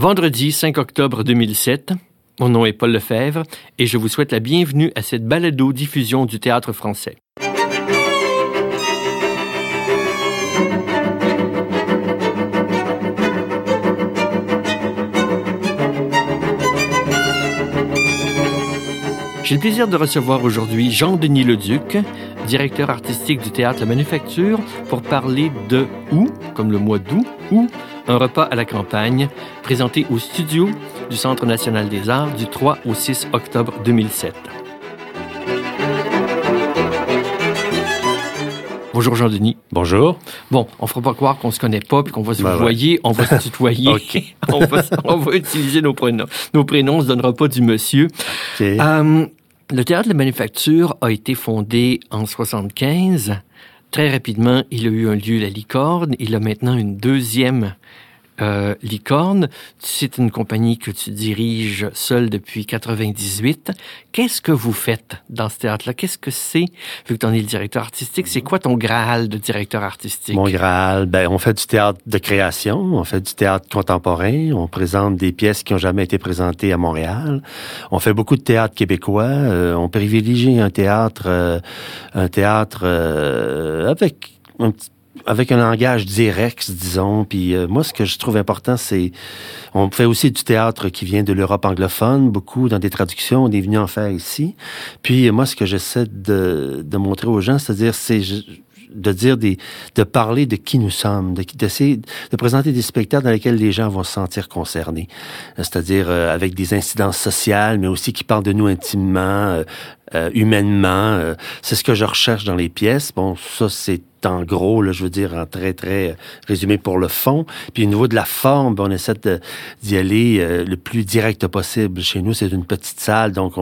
Vendredi 5 octobre 2007, mon nom est Paul Lefebvre et je vous souhaite la bienvenue à cette balado-diffusion du théâtre français. J'ai le plaisir de recevoir aujourd'hui Jean-Denis Leduc, directeur artistique du Théâtre La Manufacture, pour parler de Où, comme le mois d'août, ou un repas à la campagne, présenté au studio du Centre national des arts du 3 au 6 octobre 2007. Bonjour Jean-Denis. Bonjour. Bon, on ne fera pas croire qu'on ne se connaît pas puis qu'on va se voyer, on va se tutoyer. OK. on va utiliser nos prénoms. Nos prénoms, on ne se donnera pas du monsieur. OK. Le Théâtre de la Manufacture a été fondé en 1975. Très rapidement, il a eu un lieu, la Licorne. Il a maintenant une deuxième Licorne. C'est une compagnie que tu diriges seul depuis 1998. Qu'est-ce que vous faites dans ce théâtre-là? Qu'est-ce que c'est, vu que tu en es le directeur artistique? C'est quoi ton Graal de directeur artistique? Mon Graal, on fait du théâtre de création, on fait du théâtre contemporain, on présente des pièces qui n'ont jamais été présentées à Montréal. On fait beaucoup de théâtre québécois, on privilégie un théâtre avec un langage direct, disons. Puis moi, ce que je trouve important, c'est... On fait aussi du théâtre qui vient de l'Europe anglophone, beaucoup dans des traductions, on est venu en faire ici. Puis moi, ce que j'essaie de montrer aux gens, c'est-à-dire, de parler de qui nous sommes, d'essayer de présenter des spectacles dans lesquels les gens vont se sentir concernés. C'est-à-dire avec des incidences sociales, mais aussi qui parlent de nous intimement, humainement. C'est ce que je recherche dans les pièces. Bon, ça, c'est en gros, là, je veux dire, en très, très résumé pour le fond. Puis au niveau de la forme, on essaie d'y aller le plus direct possible. Chez nous, c'est une petite salle, donc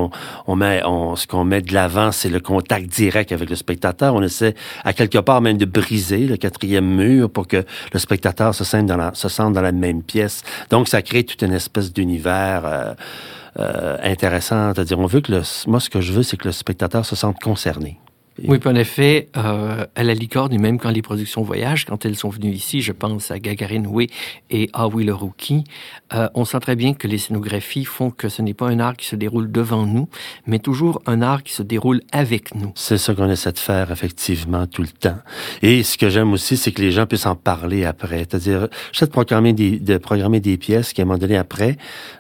ce qu'on met de l'avant, c'est le contact direct avec le spectateur. On essaie, à quelque part, même de briser le quatrième mur pour que le spectateur se sente dans la même pièce. Donc, ça crée toute une espèce d'univers intéressant. C'est-à-dire, moi, ce que je veux, c'est que le spectateur se sente concerné. Oui, puis en effet, à la Licorne, et même quand les productions voyagent, quand elles sont venues ici, je pense à Gagarine Way et Ah oui, le Rookie, on sent très bien que les scénographies font que ce n'est pas un art qui se déroule devant nous, mais toujours un art qui se déroule avec nous. C'est ça qu'on essaie de faire, effectivement, tout le temps. Et ce que j'aime aussi, c'est que les gens puissent en parler après. C'est-à-dire, j'essaie de programmer des pièces qui, à un moment donné, après,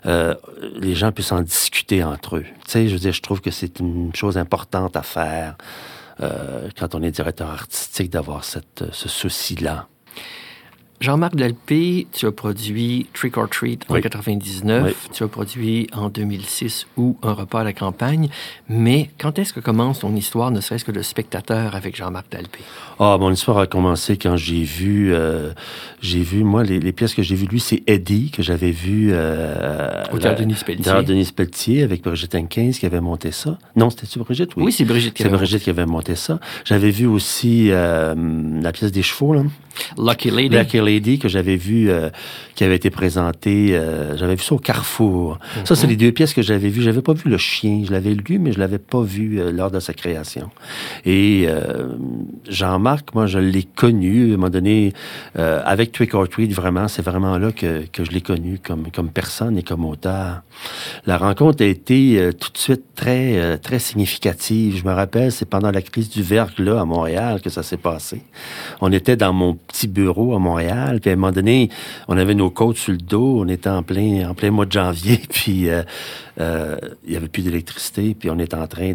les gens puissent en discuter entre eux. Tu sais, je veux dire, je trouve que c'est une chose importante à faire. Quand on est directeur artistique, d'avoir ce souci-là. Jean-Marc Dalpé, tu as produit Trick or Treat en 1999, oui. Tu as produit en 2006 ou Un repas à la campagne, mais quand est-ce que commence ton histoire, ne serait-ce que de spectateur avec Jean-Marc Dalpé? Mon histoire a commencé quand j'ai vu, moi, les pièces que j'ai vues, lui, c'est Eddie, que j'avais vu au Théâtre Denis Pelletier, avec Brigitte Henkins qui avait monté ça. Non, c'était-tu Brigitte? Oui, c'est Brigitte qui avait monté ça. J'avais vu aussi la pièce des chevaux, là. Lucky Lady, que j'avais vu, qui avait été présentée, j'avais vu ça au Carrefour. Mm-hmm. Ça, c'est les deux pièces que j'avais vues. J'avais pas vu Le Chien, je l'avais lu, mais je l'avais pas vu lors de sa création. Et Jean-Marc, moi, je l'ai connu, à un moment donné, avec Trick or Treat, vraiment, c'est vraiment là que je l'ai connu comme personne et comme auteur. La rencontre a été tout de suite très, très significative. Je me rappelle, c'est pendant la crise du verglas à Montréal que ça s'est passé. On était dans mon petit bureau à Montréal, puis à un moment donné, on avait nos côtes sur le dos, on était en plein mois de janvier, puis il y avait plus d'électricité, puis on était en train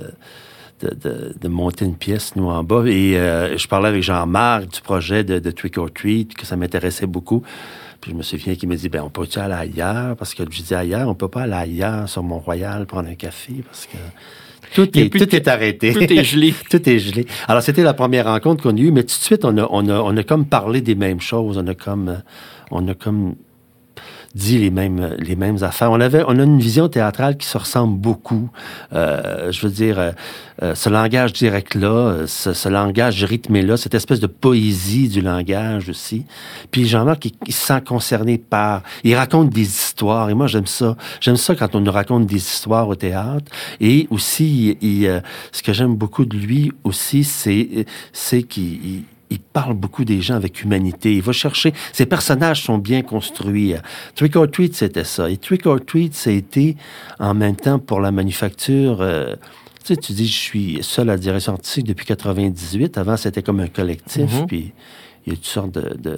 de monter une pièce, nous, en bas, et je parlais avec Jean-Marc du projet de Trick or Treat, que ça m'intéressait beaucoup. Puis je me souviens qu'il me dit, on peut-tu aller ailleurs? Parce que je dis ailleurs, on peut pas aller ailleurs sur Mont-Royal prendre un café, parce que tout est arrêté. Tout est gelé. Tout est gelé. Alors, c'était la première rencontre qu'on a eue, mais tout de suite, on a comme parlé des mêmes choses. On a comme dit les mêmes affaires. On a une vision théâtrale qui se ressemble beaucoup. Je veux dire, ce langage direct-là, ce langage rythmé-là, cette espèce de poésie du langage aussi. Puis Jean-Marc, il se sent concerné par... Il raconte des histoires, et moi, j'aime ça. J'aime ça quand on nous raconte des histoires au théâtre. Et aussi, ce que j'aime beaucoup de lui aussi, c'est qu'il il parle beaucoup des gens avec humanité. Il va chercher... Ses personnages sont bien construits. Trick or Treat, c'était ça. Et Trick or Treat, ça a été, en même temps, pour la manufacture... tu sais, tu dis, je suis seul à la direction artistique depuis 98. Avant, c'était comme un collectif, puis il y a toutes sortes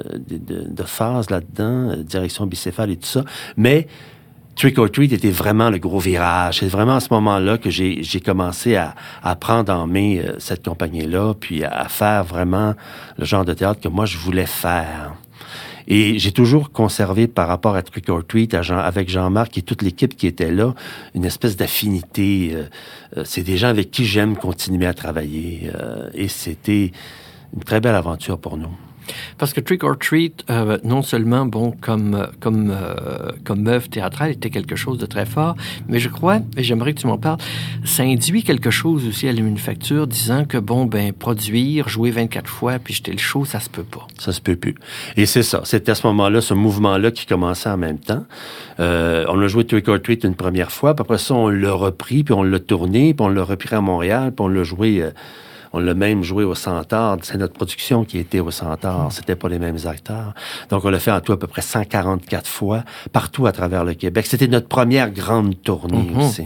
de phases là-dedans, direction bicéphale et tout ça. Mais Trick or Treat était vraiment le gros virage. C'est vraiment à ce moment-là que j'ai commencé à prendre en main cette compagnie-là, puis à faire vraiment le genre de théâtre que moi, je voulais faire. Et j'ai toujours conservé par rapport à Trick or Treat, avec Jean-Marc et toute l'équipe qui était là, une espèce d'affinité. C'est des gens avec qui j'aime continuer à travailler. Et c'était une très belle aventure pour nous. Parce que Trick or Treat, non seulement, bon, comme œuvre théâtrale, était quelque chose de très fort, mais je crois, et j'aimerais que tu m'en parles, ça induit quelque chose aussi à la manufacture, disant que, bon, ben, produire, jouer 24 fois, puis jeter le show, ça se peut pas. Ça se peut plus. Et c'est ça. C'était à ce moment-là, ce mouvement-là qui commençait en même temps. On a joué Trick or Treat une première fois, puis après ça, on l'a repris, puis on l'a tourné, puis on l'a repris à Montréal, puis on l'a joué... On l'a même joué au Centaure. C'est notre production qui était au Centaure. C'était pas les mêmes acteurs. Donc, on l'a fait en tout à peu près 144 fois, partout à travers le Québec. C'était notre première grande tournée aussi.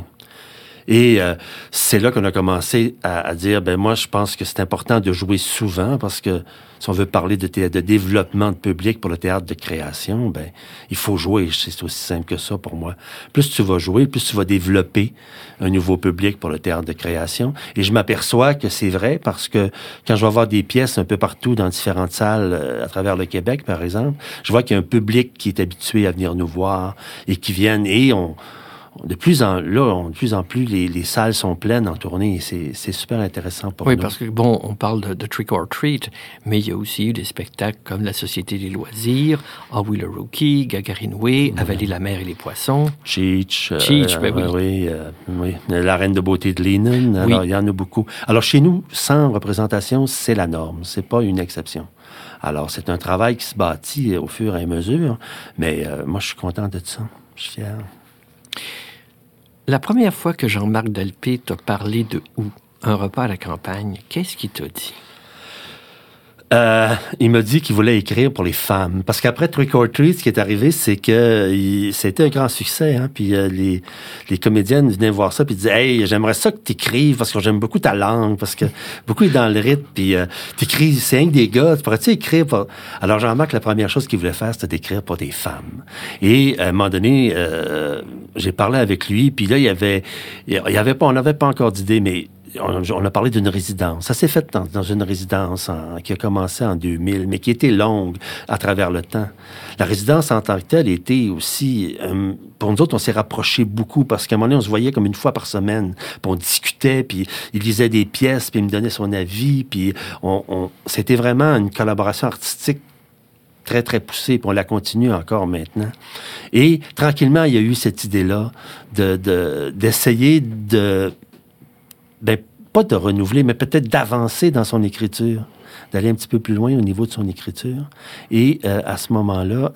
Et c'est là qu'on a commencé à dire, ben moi, je pense que c'est important de jouer souvent parce que si on veut parler de développement de public pour le théâtre de création, ben il faut jouer. C'est aussi simple que ça pour moi. Plus tu vas jouer, plus tu vas développer un nouveau public pour le théâtre de création. Et je m'aperçois que c'est vrai parce que quand je vais voir des pièces un peu partout dans différentes salles à travers le Québec, par exemple, je vois qu'il y a un public qui est habitué à venir nous voir et qui viennent et de plus en plus, les salles sont pleines en tournée. C'est super intéressant pour nous. Oui, parce que, bon, on parle de Trick or Treat, mais il y a aussi eu des spectacles comme la Société des loisirs, Ah oui, le Rookie, Gagarinoué, Avaler la mer et les poissons. Cheech, ben oui. Oui. La Reine de beauté de Lennon. Alors, il y en a beaucoup. Alors, chez nous, 100 représentations, c'est la norme. C'est pas une exception. Alors, c'est un travail qui se bâtit au fur et à mesure, mais moi, je suis content de ça. Je suis fier. La première fois que Jean-Marc Delpé t'a parlé de un repas à la campagne, qu'est-ce qu'il t'a dit? Il m'a dit qu'il voulait écrire pour les femmes. Parce qu'après Trick or Treat, ce qui est arrivé, c'est que c'était un grand succès. Hein? Puis les comédiennes venaient voir ça puis disaient « Hey, j'aimerais ça que t'écrives parce que j'aime beaucoup ta langue, parce que beaucoup est dans le rythme, puis t'écris, c'est rien que des gars, tu pourrais-tu écrire pour... » Alors Jean-Marc, la première chose qu'il voulait faire, c'était d'écrire pour des femmes. Et à un moment donné, j'ai parlé avec lui, puis là, on n'avait pas encore d'idée, mais on a parlé d'une résidence. Ça s'est fait dans une résidence qui a commencé en 2000, mais qui était longue à travers le temps. La résidence en tant que telle était aussi... pour nous autres, on s'est rapprochés beaucoup parce qu'à un moment donné, on se voyait comme une fois par semaine. Puis on discutait, puis il lisait des pièces, puis il me donnait son avis. Puis c'était vraiment une collaboration artistique très, très poussée, puis on la continue encore maintenant. Et tranquillement, il y a eu cette idée-là d'essayer de... Ben, pas de renouveler, mais peut-être d'avancer dans son écriture, d'aller un petit peu plus loin au niveau de son écriture. Et à ce moment-là,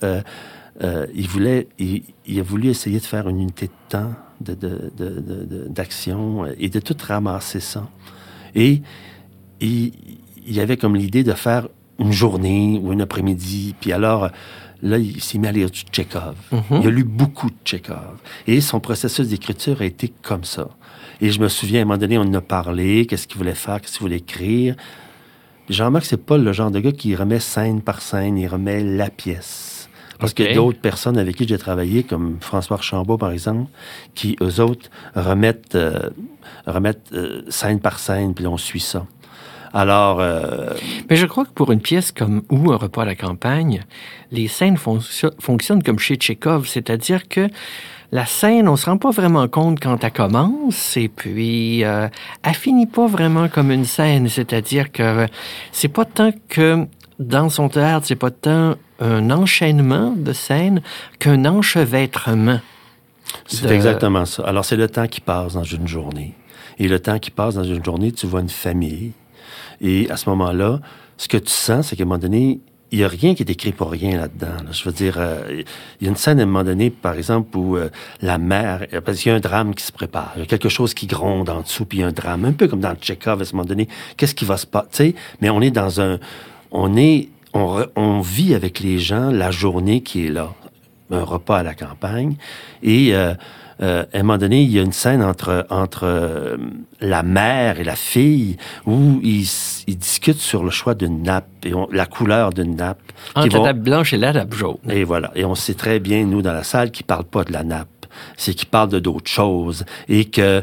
il a voulu essayer de faire une unité de temps, d'action, et de tout ramasser ça. Et il y avait comme l'idée de faire une journée ou un après-midi, puis alors... Là, il s'est mis à lire du Tchekhov. Il a lu beaucoup de Tchekhov. Et son processus d'écriture a été comme ça. Et je me souviens, à un moment donné, on en a parlé, qu'est-ce qu'il voulait faire, qu'est-ce qu'il voulait écrire. Jean-Marc, c'est pas le genre de gars qui remet scène par scène, il remet la pièce. Parce qu'il y a d'autres personnes avec qui j'ai travaillé, comme François Archambault, par exemple, qui, eux autres, remettent scène par scène, puis on suit ça. Alors... Mais je crois que pour une pièce comme Ou un repas à la campagne, les scènes fonctionnent comme chez Tchekhov, c'est-à-dire que la scène, on se rend pas vraiment compte quand elle commence, et puis elle finit pas vraiment comme une scène, c'est-à-dire que c'est pas tant que dans son théâtre, c'est pas tant un enchaînement de scènes qu'un enchevêtrement. C'est exactement ça. Alors c'est le temps qui passe dans une journée. Et le temps qui passe dans une journée, tu vois une famille. Et à ce moment-là, ce que tu sens, c'est qu'à un moment donné, il n'y a rien qui est écrit pour rien là-dedans. Là. Je veux dire, il y a une scène à un moment donné, par exemple, où la mère... Parce qu'il y a un drame qui se prépare. Il y a quelque chose qui gronde en dessous, puis il y a un drame. Un peu comme dans Tchekhov, à ce moment donné. Qu'est-ce qui va se passer? Tu sais, mais on est dans un... on vit avec les gens la journée qui est là. Un repas à la campagne. Et à un moment donné, il y a une scène entre la mère et la fille où ils discutent sur le choix d'une nappe et la couleur d'une nappe. Entre la nappe blanche et la nappe jaune. Et voilà. Et on sait très bien, nous, dans la salle, qu'ils ne parlent pas de la nappe. C'est qu'ils parlent de d'autres choses. Et que...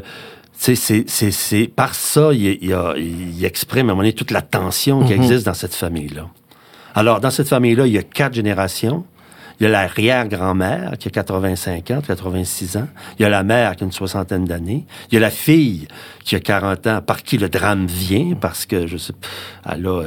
C'est par ça, il exprime à un moment donné toute la tension qui existe dans cette famille-là. Alors, dans cette famille-là, il y a 4 générations. Il y a l'arrière-grand-mère qui a 85 ans, 86 ans. Il y a la mère qui a une 60aine d'années. Il y a la fille qui a 40 ans, par qui le drame vient, parce que, je sais, elle a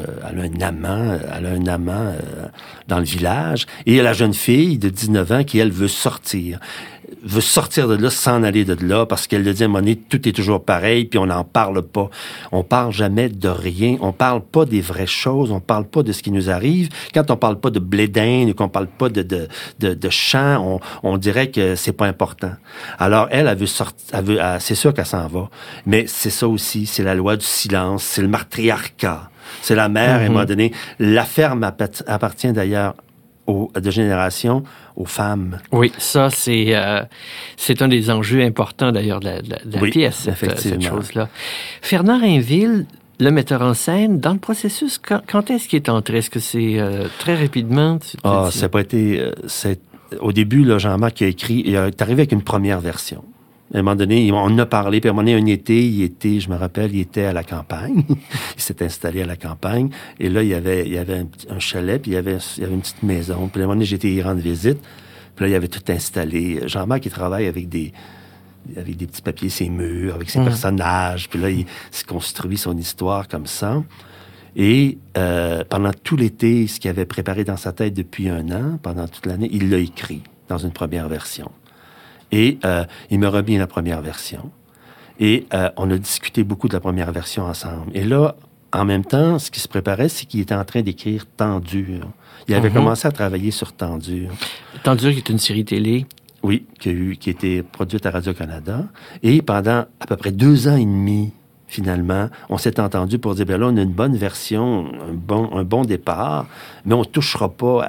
un amant dans le village. Et il y a la jeune fille de 19 ans qui, elle, veut sortir de là, s'en aller de là, parce qu'elle le dit à un moment donné, tout est toujours pareil, puis on n'en parle pas. On parle jamais de rien. On parle pas des vraies choses. On parle pas de ce qui nous arrive. Quand on parle pas de blé d'Inde ou qu'on parle pas de chant, on dirait que c'est pas important. Alors, elle veut sortir, c'est sûr qu'elle s'en va. Mais c'est ça aussi, c'est la loi du silence, c'est le matriarcat. C'est la mère, à un moment donné. La ferme appartient d'ailleurs de génération aux femmes. Oui, ça, c'est un des enjeux importants, d'ailleurs, de la pièce, cette chose-là. Fernand Rainville, le metteur en scène, dans le processus, quand est-ce qu'il est entré? Est-ce que c'est très rapidement? Ça n'a pas été... au début, là, Jean-Marc il est arrivé avec une première version. À un moment donné, on en a parlé, puis à un moment donné, un été, je me rappelle, il était à la campagne. Il s'est installé à la campagne. Et là, il y avait un chalet, puis il y avait une petite maison. Puis à un moment donné, j'étais y rendre visite. Puis là, il y avait tout installé. Jean-Marc, il travaille avec des petits papiers, ses murs, avec ses personnages. Puis là, il s'est construit son histoire comme ça. Et pendant tout l'été, ce qu'il avait préparé dans sa tête depuis 1 an, pendant toute l'année, il l'a écrit dans une première version. Et il me remis la première version. Et on a discuté beaucoup de la première version ensemble. Et là, en même temps, ce qui se préparait, c'est qu'il était en train d'écrire Tendure. Il avait commencé à travailler sur Tendure. Tendure, qui est une série télé. Oui, qui a été produite à Radio-Canada. Et pendant à peu près 2 ans et demi, finalement, on s'est entendu pour dire, là, on a une bonne version, un bon départ, mais on touchera pas.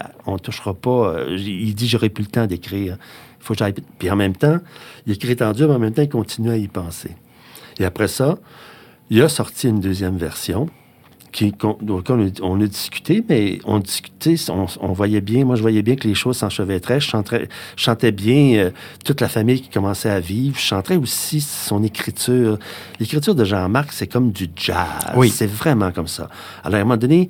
Il dit, j'aurai plus le temps d'écrire. Il faut que j'aille. Puis en même temps, il écrit Tendure, mais en même temps, il continue à y penser. Et après ça, il a sorti une deuxième version on a discuté, mais on discutait, on voyait bien, moi je voyais bien que les choses s'enchevêtraient. Je chantais bien toute la famille qui commençait à vivre. Je chantais aussi son écriture. L'écriture de Jean-Marc, c'est comme du jazz. Oui. C'est vraiment comme ça. Alors à un moment donné,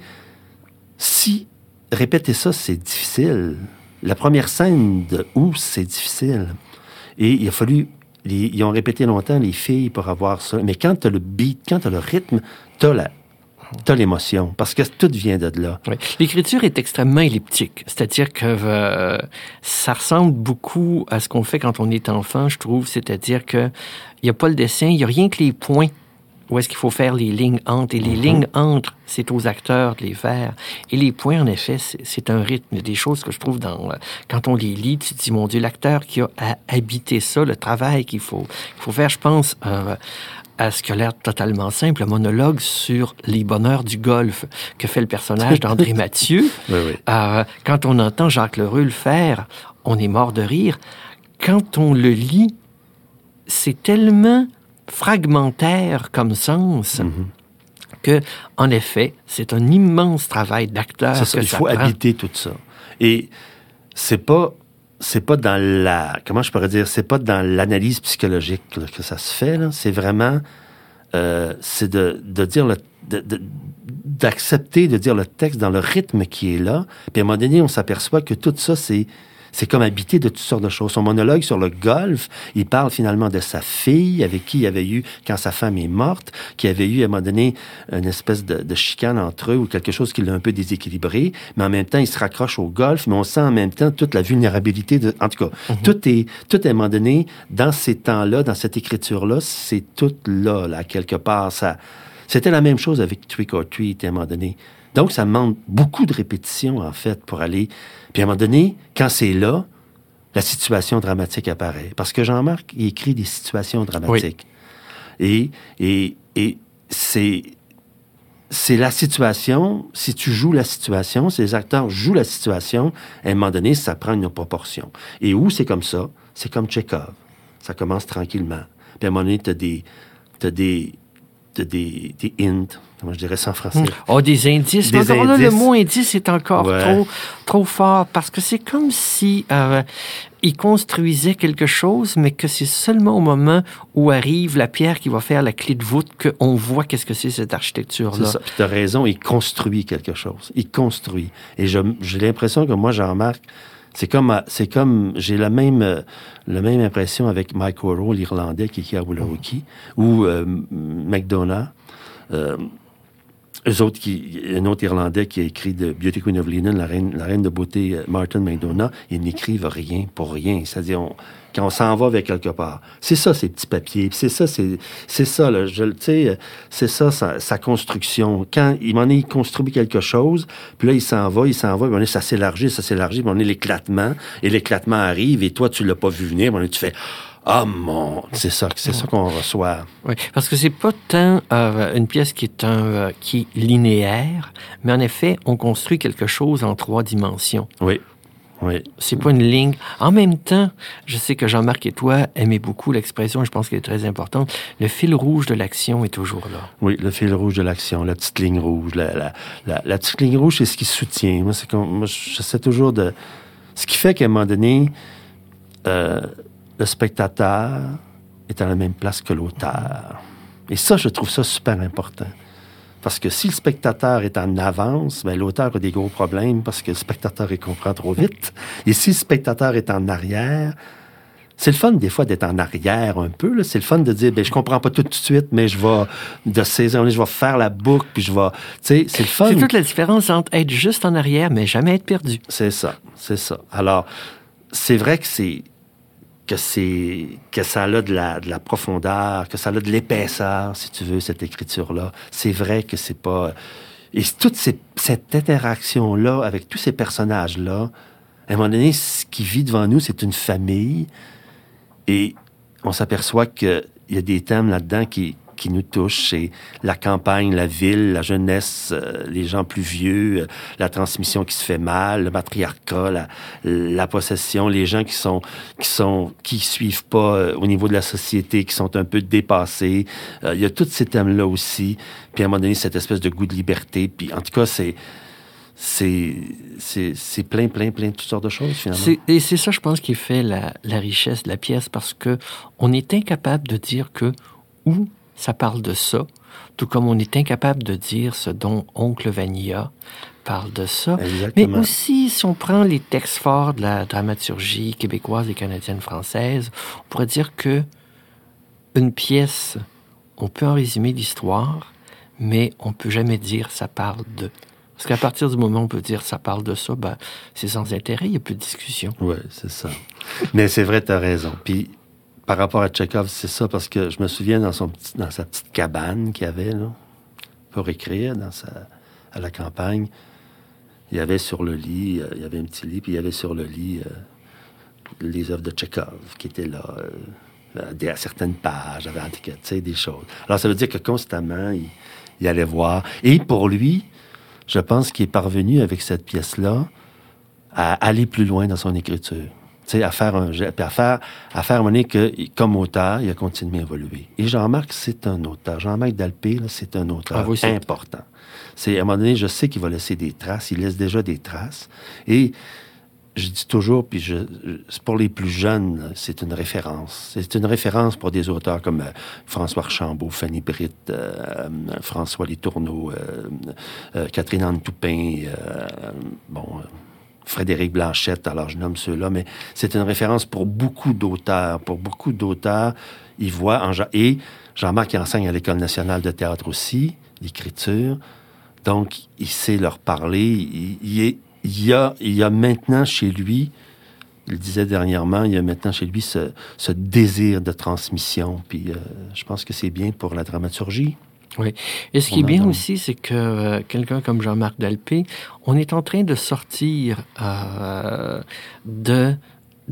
répéter ça, c'est difficile. La première scène de Où, c'est difficile. Et il a fallu... Ils ont répété longtemps, les filles, pour avoir ça. Mais quand t'as le beat, quand t'as le rythme, t'as l'émotion, parce que tout vient de là. Oui. L'écriture est extrêmement elliptique, c'est-à-dire que ça ressemble beaucoup à ce qu'on fait quand on est enfant, je trouve, c'est-à-dire que il n'y a pas le dessin, il n'y a rien que les points où est-ce qu'il faut faire les lignes entre. Et les lignes entre, c'est aux acteurs de les faire. Et les points, en effet, c'est un rythme. Il y a des choses que je trouve quand on les lit, tu te dis, mon Dieu, l'acteur qui a à habiter ça, le travail qu'il faut faire, je pense... à ce qui a l'air totalement simple, le monologue sur les bonheurs du golf que fait le personnage d'André Mathieu. Oui. Quand on entend Jacques Lheureux le faire, on est mort de rire. Quand on le lit, c'est tellement fragmentaire comme sens que, en effet, c'est un immense travail d'acteur. Il faut habiter tout ça. Et c'est pas dans comment je pourrais dire, c'est pas dans l'analyse psychologique là, que ça se fait, là. C'est vraiment, c'est de dire d'accepter de dire le texte dans le rythme qui est là. Puis à un moment donné, on s'aperçoit que tout ça, c'est comme habité de toutes sortes de choses. Son monologue sur le golf, il parle finalement de sa fille, avec qui il avait eu, quand sa femme est morte, qui avait eu, à un moment donné, une espèce de chicane entre eux ou quelque chose qui l'a un peu déséquilibré. Mais en même temps, il se raccroche au golf, mais on sent en même temps toute la vulnérabilité en tout cas, tout est, à un moment donné, dans ces temps-là, dans cette écriture-là, c'est tout là, quelque part. C'était la même chose avec Trick or Treat, à un moment donné. Donc, ça demande beaucoup de répétitions, en fait, pour aller... Puis à un moment donné, quand c'est là, la situation dramatique apparaît. Parce que Jean-Marc, il écrit des situations dramatiques. Oui. Et c'est la situation. Si tu joues la situation, si les acteurs jouent la situation, à un moment donné, ça prend une proportion. Et où c'est comme ça? C'est comme Tchekhov. Ça commence tranquillement. Puis à un moment donné, t'as des hints. Comment je dirais ça en français? Des indices. Des encore indices. Là, le mot indice est encore Ouais. trop fort parce que c'est comme si il construisait quelque chose, mais que c'est seulement au moment où arrive la pierre qui va faire la clé de voûte qu'on voit qu'est-ce que c'est cette architecture-là. C'est ça. Puis t'as raison, il construit quelque chose. Il construit. Et j'ai l'impression que moi, Jean-Marc, c'est comme j'ai la même impression avec Mike O'Rourke, l'Irlandais qui est à Wulawiki, ou McDonough. Eux autres, un autre Irlandais qui a écrit de Beauty Queen of Linen, la reine de beauté, Martin McDonough, ils n'écrivent rien pour rien. C'est-à-dire, quand on s'en va vers quelque part. C'est ça, ces petits papiers. Puis c'est ça, là, c'est ça, sa construction. Quand il construit quelque chose, puis là, il s'en va, puis ça s'élargit, puis on est l'éclatement, et l'éclatement arrive, et toi, tu l'as pas vu venir, puis tu fais... Ah c'est ça qu'on reçoit. Oui, parce que c'est pas tant une pièce qui est linéaire, mais en effet, on construit quelque chose en 3 dimensions. Oui. C'est pas une ligne. En même temps, je sais que Jean-Marc et toi aimez beaucoup l'expression, et je pense qu'elle est très importante. Le fil rouge de l'action est toujours là. Oui, le fil rouge de l'action, la petite ligne rouge. La petite ligne rouge, c'est ce qui soutient. Moi, j'essaie toujours de... Ce qui fait qu'à un moment donné... le spectateur est à la même place que l'auteur. Et ça, je trouve ça super important. Parce que si le spectateur est en avance, ben, l'auteur a des gros problèmes parce que le spectateur, il comprend trop vite. Et si le spectateur est en arrière, c'est le fun, des fois, d'être en arrière un peu. Là. C'est le fun de dire, ben, je comprends pas tout de suite, mais je vais faire la boucle, puis je vais... Tu sais, c'est le fun. C'est toute la différence entre être juste en arrière, mais jamais être perdu. C'est ça. Alors, c'est vrai que ça a de la profondeur, que ça a de l'épaisseur, si tu veux, cette écriture-là. C'est vrai que c'est pas... Et toute cette interaction-là avec tous ces personnages-là, à un moment donné, ce qui vit devant nous, c'est une famille. Et on s'aperçoit qu'il y a des thèmes là-dedans qui nous touchent. C'est la campagne, la ville, la jeunesse, les gens plus vieux, la transmission qui se fait mal, le matriarcat, la possession, les gens qui suivent pas au niveau de la société, qui sont un peu dépassés. Il y a tous ces thèmes-là aussi. Puis à un moment donné, cette espèce de goût de liberté. Puis en tout cas, c'est plein de toutes sortes de choses, finalement. Et c'est ça, je pense, qui fait la richesse de la pièce, parce que on est incapable de dire que où ça parle de ça, tout comme on est incapable de dire ce dont Oncle Vanilla parle de ça. Exactement. Mais aussi, si on prend les textes forts de la dramaturgie québécoise et canadienne-française, on pourrait dire que une pièce, on peut en résumer l'histoire, mais on peut jamais dire ça parle de... Parce qu'à partir du moment où on peut dire ça parle de ça, ben, c'est sans intérêt, il n'y a plus de discussion. Oui, c'est ça. Mais c'est vrai, tu as raison. Puis, par rapport à Tchekhov, c'est ça, parce que je me souviens dans sa petite cabane qu'il avait, là, pour écrire, à la campagne, il y avait sur le lit, il y avait un petit lit, puis il y avait sur le lit les œuvres de Tchekhov qui étaient là, à certaines pages, avec, tu sais, des choses. Alors, ça veut dire que constamment, il allait voir. Et pour lui, je pense qu'il est parvenu avec cette pièce-là à aller plus loin dans son écriture. Tu sais, à faire un moment donné que, comme auteur, il a continué à évoluer. Et Jean-Marc, c'est un auteur. Jean-Marc Dalpé, là, c'est un auteur important. C'est, à un moment donné, je sais qu'il va laisser des traces. Il laisse déjà des traces. Et je dis toujours, puis pour les plus jeunes, c'est une référence. C'est une référence pour des auteurs comme François Archambault, Fanny Britt, François Letourneau, Catherine Anne Toupin, Frédéric Blanchette, alors je nomme ceux-là, mais c'est une référence pour beaucoup d'auteurs. Pour beaucoup d'auteurs, ils voient... Et Jean-Marc enseigne à l'École nationale de théâtre aussi, l'écriture, donc il sait leur parler. Il y a maintenant chez lui, il le disait dernièrement, il y a maintenant chez lui ce désir de transmission, puis je pense que c'est bien pour la dramaturgie. Oui. Et ce qui est bien aussi, c'est que quelqu'un comme Jean-Marc Dalpé, on est en train de sortir de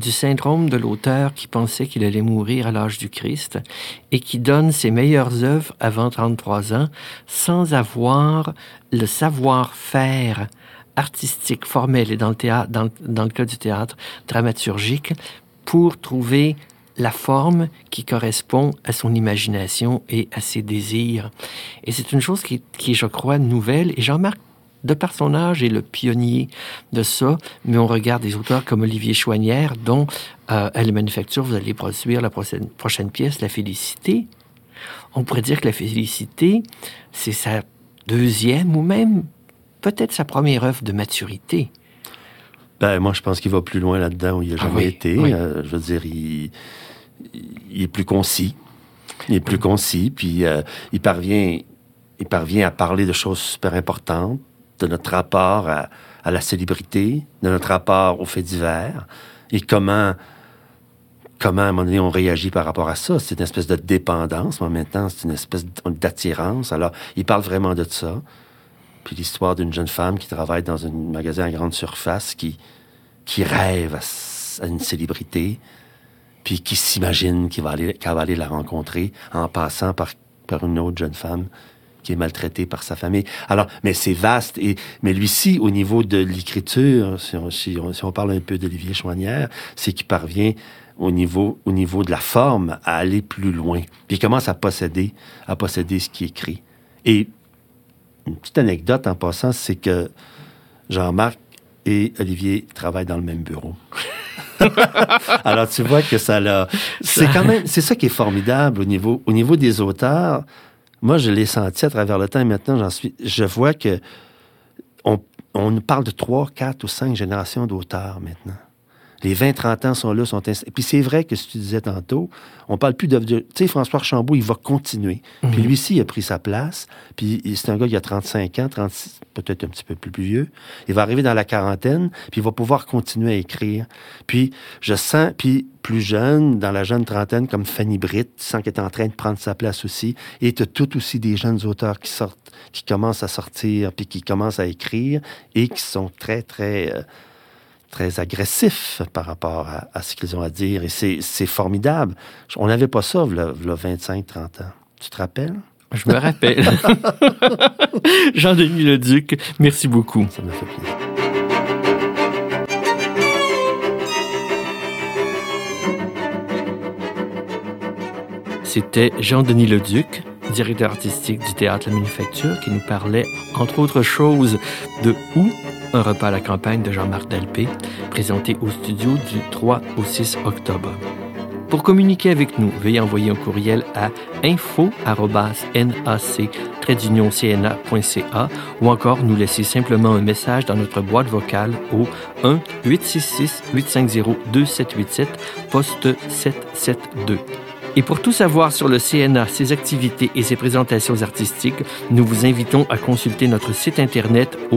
du syndrome de l'auteur qui pensait qu'il allait mourir à l'âge du Christ et qui donne ses meilleures œuvres avant 33 ans sans avoir le savoir-faire artistique, formel et dans le cas du théâtre, dramaturgique, pour trouver la forme qui correspond à son imagination et à ses désirs. Et c'est une chose qui est, je crois, nouvelle. Et Jean-Marc, de par son âge, est le pionnier de ça. Mais on regarde des auteurs comme Olivier Chouanière, dont, à la Manufacture, vous allez produire la prochaine pièce, La Félicité. On pourrait dire que La Félicité, c'est sa deuxième ou même peut-être sa première œuvre de maturité. Ben, moi, je pense qu'il va plus loin là-dedans où il n'a jamais été. Oui. Je veux dire, il est plus concis. Il est plus concis, puis il parvient à parler de choses super importantes, de notre rapport à la célébrité, de notre rapport aux faits divers, et comment à un moment donné, on réagit par rapport à ça. C'est une espèce de dépendance, mais en même temps, c'est une espèce d'attirance. Alors, il parle vraiment de ça. Puis l'histoire d'une jeune femme qui travaille dans un magasin à grande surface, qui rêve à une célébrité, puis qui s'imagine qu'elle va aller la rencontrer en passant par une autre jeune femme qui est maltraitée par sa famille. Alors, mais c'est vaste. Mais lui-ci, au niveau de l'écriture, si on parle un peu d'Olivier Chouanière, c'est qu'il parvient au niveau de la forme à aller plus loin. Puis il commence à posséder ce qu'il écrit. Et une petite anecdote en passant, c'est que Jean-Marc et Olivier travaillent dans le même bureau. Alors, tu vois que c'est ça qui est formidable au niveau des auteurs. Moi, je l'ai senti à travers le temps et maintenant, je vois que on nous parle de 3, 4 ou 5 générations d'auteurs maintenant. Les 20-30 ans sont là, Et puis c'est vrai que ce que tu disais tantôt, on parle plus tu sais, François Archambault, il va continuer. Mm-hmm. Puis lui-ci, il a pris sa place. Puis c'est un gars qui a 35 ans, 36, peut-être un petit peu plus vieux. Il va arriver dans la quarantaine, puis il va pouvoir continuer à écrire. Puis je sens, puis plus jeune, dans la jeune trentaine, comme Fanny Britt, tu sens qu'elle est en train de prendre sa place aussi. Et tu as tout aussi des jeunes auteurs qui commencent à sortir, puis qui commencent à écrire, et qui sont très, très... très agressifs par rapport à ce qu'ils ont à dire. Et c'est formidable. On n'avait pas ça, il y a 25-30 ans. Tu te rappelles? Je me rappelle. Jean-Denis Leduc, merci beaucoup. Ça m'a fait plaisir. C'était Jean-Denis Leduc, directeur artistique du Théâtre La Manufacture, qui nous parlait, entre autres choses, de Où? Un repas à la campagne de Jean-Marc Dalpé, présenté au studio du 3 au 6 octobre. Pour communiquer avec nous, veuillez envoyer un courriel à info@nac-cna.ca ou encore nous laisser simplement un message dans notre boîte vocale au 1-866-850-2787, poste 772. Et pour tout savoir sur le CNA, ses activités et ses présentations artistiques, nous vous invitons à consulter notre site Internet au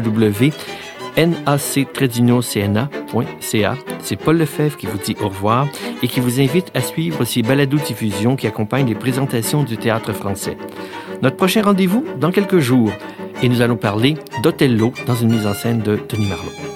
www.nac-cna.ca. C'est Paul Lefebvre qui vous dit au revoir et qui vous invite à suivre ces balados-diffusions qui accompagnent les présentations du théâtre français. Notre prochain rendez-vous dans quelques jours et nous allons parler d'Othello dans une mise en scène de Denis Marlot.